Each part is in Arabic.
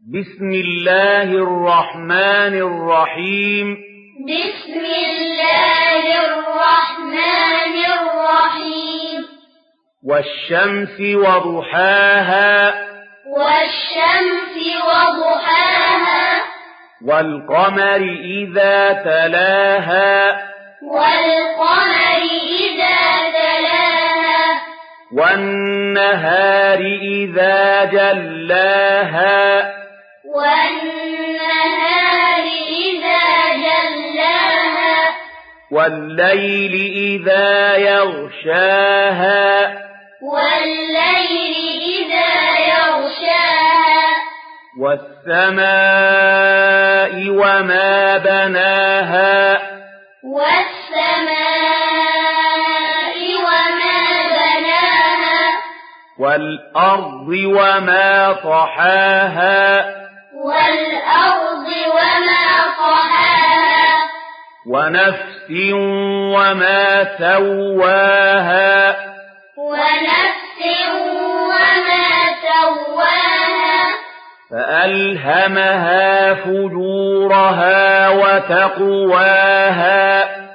بسم الله الرحمن الرحيم بسم الله الرحمن الرحيم والشمس وضحاها والشمس وضحاها والقمر إذا تلاها والقمر إذا تلاها والنهار إذا جلاها والنهار إذا جلاها والليل إذا يغشاها والليل إذا يغشاها والسماء وما بناها والسماء وما بناها والأرض وما طحاها والأرض وما طحاها ونفس وما سواها ونفس وما سواها فألهمها فجورها وتقواها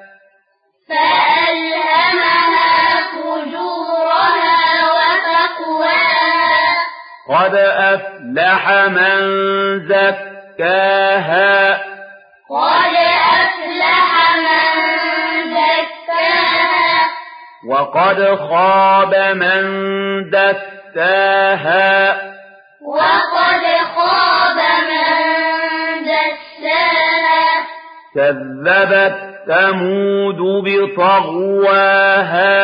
فألهمها فجورها وتقواها قد أفلح من زكاها قد أفلح من زكاها وقد خاب من دساها وقد خاب من دساها كذبت ثمود بطغواها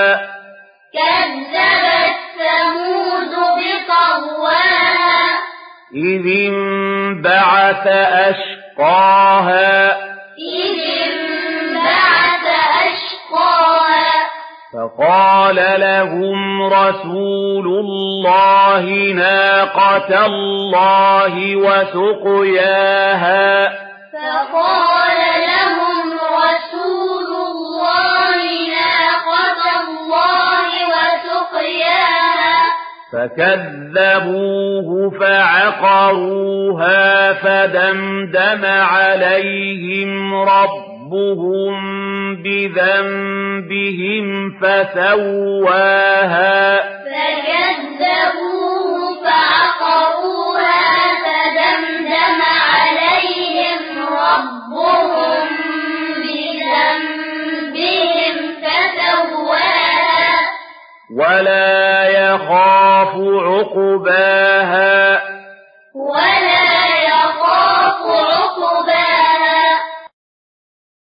كذبت ثمود بطغواها إذ انبعث أشقاها إذ انبعث أشقاها فقال لهم رسول الله ناقة الله وسقياها فقال لهم رسول الله ناقة الله وسقياها فكذبوه فعقروها فدمدم عليهم ربهم بذنبهم فسواها فكذبوه فعقروها فدمدم عليهم ربهم بذنبهم فسواها ولا يخاف عقباها